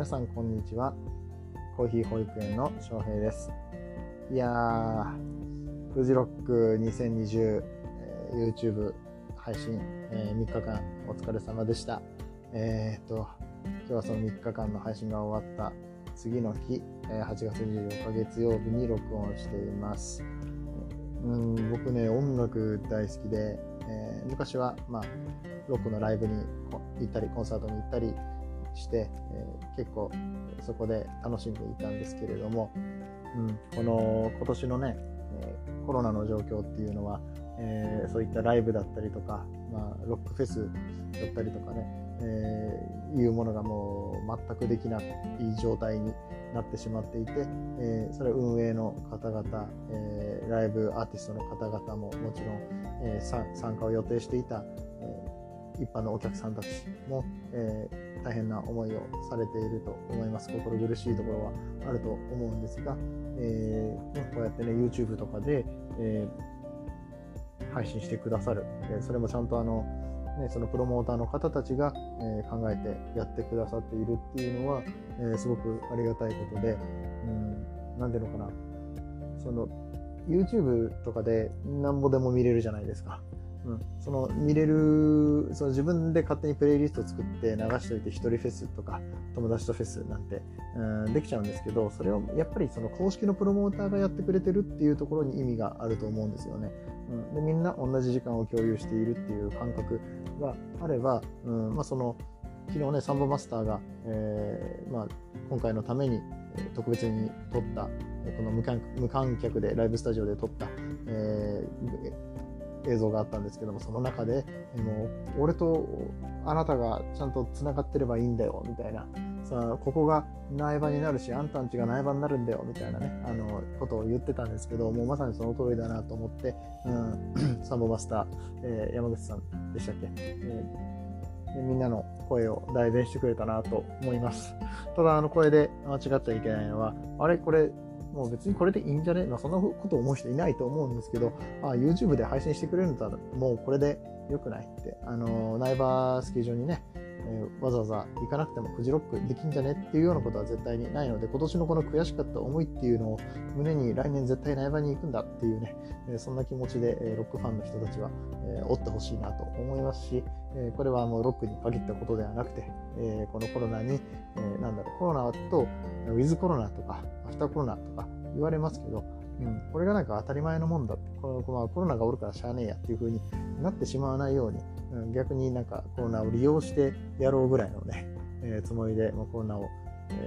さんこんにちは。コーヒー保育園の翔平です。いやー、フジロック2020、YouTube 配信、3日間お疲れ様でした。今日はその3日間の配信が終わった次の日、8月24日月曜日に録音しています。僕ね、音楽大好きで、昔はロックのライブに行ったりコンサートに行ったりして、結構そこで楽しんでいたんですけれども、今年のね、コロナの状況っていうのは、そういったライブだったりとか、ロックフェスだったりとかね、いうものがもう全くできない状態になってしまっていて、それは運営の方々、ライブアーティストの方々ももちろん、参加を予定していた、一般のお客さんたちも、大変な思いをされていると思います。心苦しいところはあると思うんですが、こうやってね YouTube とかで、配信してくださる、それもちゃんとそのプロモーターの方たちが、考えてやってくださっているっていうのは、すごくありがたいことで、なんていうのかな、その YouTube とかでなんぼでも見れるじゃないですか。その見れる、その自分で勝手にプレイリストを作って流しておいて、一人フェスとか友達とフェスなんて、できちゃうんですけど、それをやっぱりその公式のプロモーターがやってくれてるっていうところに意味があると思うんですよね。でみんな同じ時間を共有しているっていう感覚があれば、その昨日ねサンボマスターが、今回のために特別に撮ったこの無観客でライブスタジオで撮った、映像があったんですけども、その中でもう俺とあなたがちゃんとつながってればいいんだよみたいな、ここが苗場になるしあんたんちが苗場になるんだよみたいなね、ことを言ってたんですけど、もうまさにその通りだなと思って、サンボマスター、山口さんでしたっけ、みんなの声を代弁してくれたなと思います。ただ声で間違っちゃいけないのは、これもう別にこれでいいんじゃね、そんなことを思う人いないと思うんですけど、YouTube で配信してくれるんだったらもうこれで良くないって、苗場スキー場にね、わざわざ行かなくてもフジロックできんじゃねっていうようなことは絶対にないので、今年のこの悔しかった思いっていうのを胸に来年絶対苗場に行くんだっていうね、そんな気持ちでロックファンの人たちは追ってほしいなと思いますし、これはもうロックに限ったことではなくて、このコロナに、コロナとウィズコロナとかアフターコロナとか言われますけど、これがなんか当たり前のもんだって、コロナがおるからしゃあねえやっていう風になってしまわないように、逆になんかコロナを利用してやろうぐらいのね、つもりで、コロナを、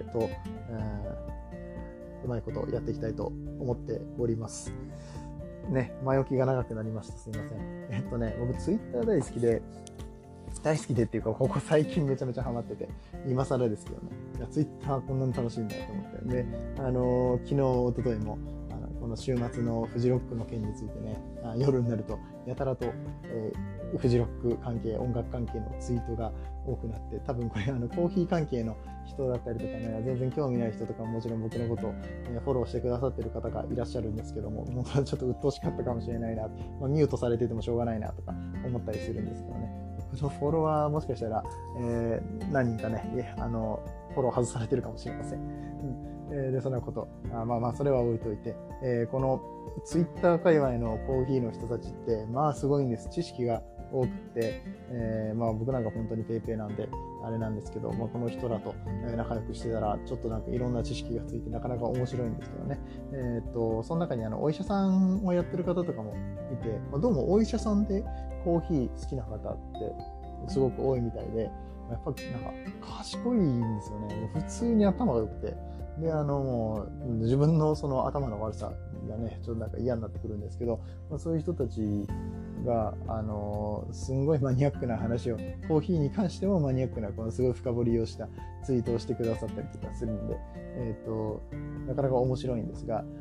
うまいことやっていきたいと思っておりますね。前置きが長くなりました、すいません。僕ツイッター大好きでっていうか、ここ最近めちゃめちゃハマってて、今更ですけどね、ツイッターこんなに楽しいんだと思って、で、昨日一昨日もこの週末のフジロックの件についてね、夜になるとやたらと、フジロック関係、音楽関係のツイートが多くなって、多分これコーヒー関係の人だったりとかね、全然興味ない人とかももちろん僕のことを、フォローしてくださってる方がいらっしゃるんですけども、本当はちょっと鬱陶しかったかもしれないな、ミュートされててもしょうがないなとか思ったりするんですけどね。フォロワーもしかしたら、何人かね、フォロー外されてるかもしれません。でそんなこと、それは置いといて、このツイッター界隈のコーヒーの人たちってすごいんです。知識が多くて、僕なんか本当にペイペイなんであれなんですけど、この人らと仲良くしてたらちょっとなんかいろんな知識がついてなかなか面白いんですけどね。その中にお医者さんをやってる方とかもいて、どうもお医者さんでコーヒー好きな方ってすごく多いみたいで、やっぱりなんか賢いんですよね。普通に頭が良くて、でもう自分のその頭の悪さがねちょっとなんか嫌になってくるんですけど、そういう人たちがすんごいマニアックな話を、コーヒーに関してもマニアックなこのすごい深掘りをしたツイートをしてくださったりとかするんで、なかなか面白いんですが、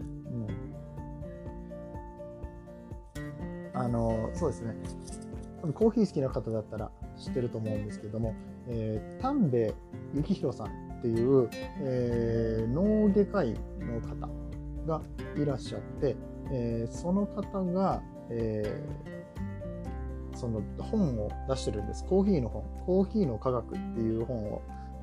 そうですね、コーヒー好きな方だったら知ってると思うんですけども、丹部幸宏さんっていう、脳外科医の方がいらっしゃって、その方が、その本を出してるんです。コーヒーの本、コーヒーの科学っていう本を、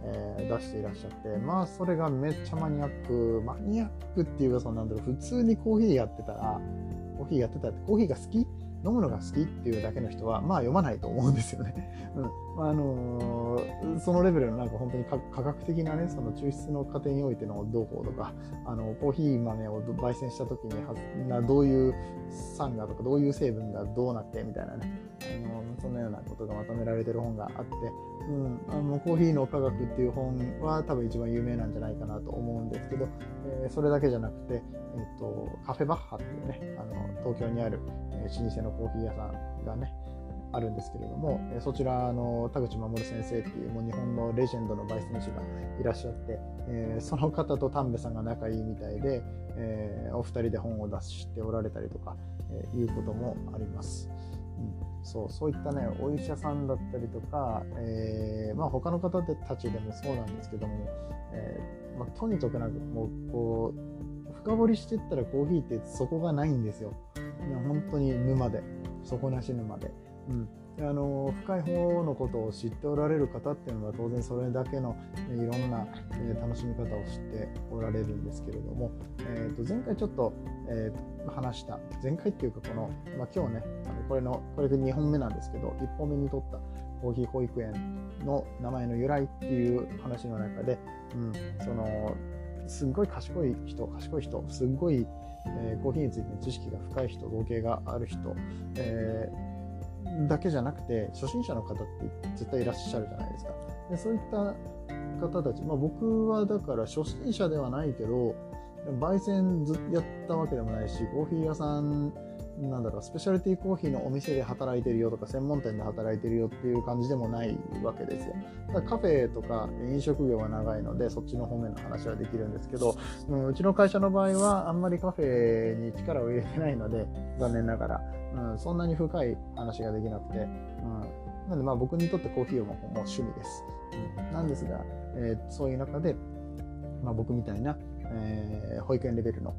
出していらっしゃって、まあそれがめっちゃマニアックっていうか、なんだろう、普通にコーヒーやってたらコーヒーが好き、飲むのが好きっていうだけの人はまあ読まないと思うんですよね。そのレベルのなんか本当に科学的なね、その抽出の過程においてのどうこうとか、コーヒー豆を焙煎した時にどういう酸がとかどういう成分がどうなってみたいなね、そんなようなことがまとめられてる本があって、コーヒーの科学っていう本は多分一番有名なんじゃないかなと思うんですけど、それだけじゃなくて、カフェバッハっていうね、東京にある老舗のコーヒー屋さんがねあるんですけれども、そちらの田口守先生っていうもう日本のレジェンドの焙煎師がいらっしゃって、その方と丹部さんが仲いいみたいで、お二人で本を出しておられたりとか、いうこともあります。そういったね、お医者さんだったりとか、他の方たちでもそうなんですけども、とにかくなんかもうこう深掘りしていったらコーヒーって底がないんですよ。本当に沼で、底なし沼で。深い方のことを知っておられる方っていうのは当然それだけのいろんな楽しみ方を知っておられるんですけれども、前回ちょっと話した前回っていうかこの、今日ねこれが2本目なんですけど、1本目に撮ったコーヒー保育園の名前の由来っていう話の中で、すっごい賢い人すっごい、コーヒーについて知識が深い人、合計がある人、だけじゃなくて初心者の方って絶対いらっしゃるじゃないですか。でそういった方たち、僕はだから初心者ではないけど焙煎やったわけでもないし、コーヒー屋さんスペシャリティコーヒーのお店で働いてるよとか専門店で働いてるよっていう感じでもないわけですよ。だからカフェとか飲食業が長いのでそっちの方面の話はできるんですけど、うちの会社の場合はあんまりカフェに力を入れてないので残念ながら、そんなに深い話ができなくて、なんで僕にとってコーヒーはもう趣味です。なんですが、そういう中で、僕みたいな、保育園レベルの、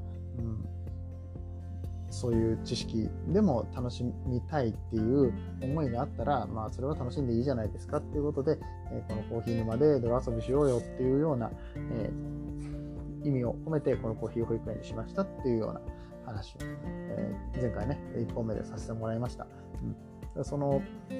そういう知識でも楽しみたいっていう思いがあったら、それは楽しんでいいじゃないですかっていうことで、このコーヒー沼で泥遊びしようよっていうような、意味を込めてこのコーヒー保育園にしましたっていうような話を、前回ね1本目でさせてもらいました。その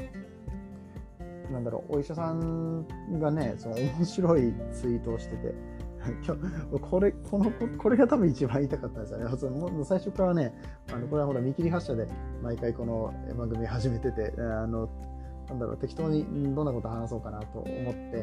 お医者さんがね、その面白いツイートをしててこれが多分一番言いたかったんですよね。もう最初からね、これは見切り発車で毎回この番組始めてて、適当にどんなこと話そうかなと思って、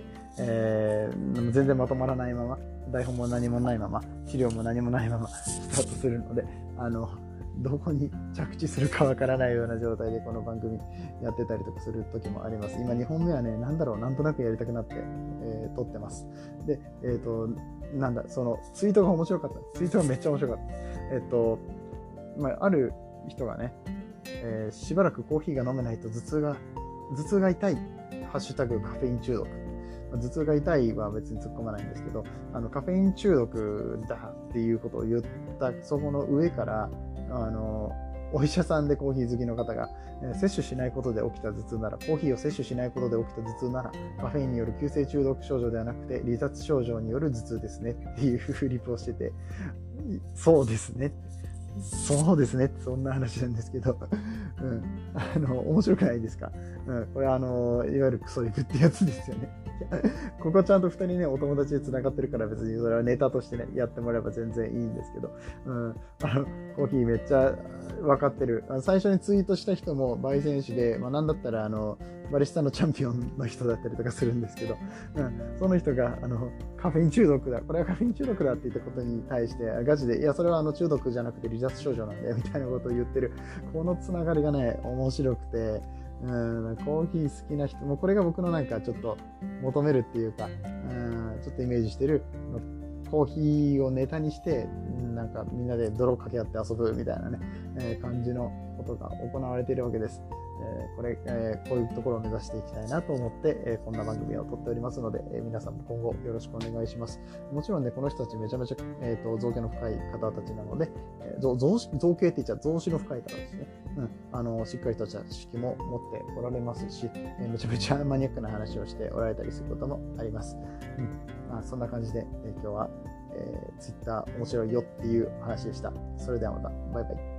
全然まとまらないまま、台本も何もないまま、資料も何もないままスタートするので、どこに着地するかわからないような状態でこの番組やってたりとかする時もあります。今2本目はね、なんとなくやりたくなって、撮ってます。で、そのツイートが面白かった。ツイートがめっちゃ面白かった。ある人がね、しばらくコーヒーが飲めないと頭痛が痛い、ハッシュタグカフェイン中毒。頭痛が痛いは別に突っ込まないんですけど、カフェイン中毒だっていうことを言ったそこの上から、お医者さんでコーヒー好きの方が、摂取しないことで起きた頭痛なら、コーヒーを摂取しないことで起きた頭痛なら、カフェインによる急性中毒症状ではなくて離脱症状による頭痛ですねっていうフリップをしてて、そうですねってそんな話なんですけど、面白くないですか？これいわゆるクソリクってやつですよね。ここちゃんと2人ね、お友達で繋がってるから別にそれはネタとしてね、やってもらえば全然いいんですけど、コーヒーめっちゃ分かってる。最初にツイートした人も焙煎士で、なんだったらバリスタのチャンピオンの人だったりとかするんですけど、その人がカフェイン中毒だ、これはカフェイン中毒だって言ったことに対してガチで、いやそれは中毒じゃなくて離脱症状なんだよみたいなことを言ってる、このつながりがね面白くて、コーヒー好きな人もこれが僕のなんかちょっと求めるっていうか、ちょっとイメージしてるコーヒーをネタにしてなんかみんなで泥をかけ合って遊ぶみたいなね、感じのことが行われているわけです。こういうところを目指していきたいなと思って、こんな番組を撮っておりますので、皆さんも今後よろしくお願いします。もちろんね、この人たちめちゃめちゃ、造形の深い方たちなので、造形って言っちゃう、造詞の深い方ですね。 しっかりとした知識も持っておられますし、めちゃめちゃマニアックな話をしておられたりすることもあります。そんな感じで、今日は、Twitter 面白いよっていう話でした。それではまた、バイバイ。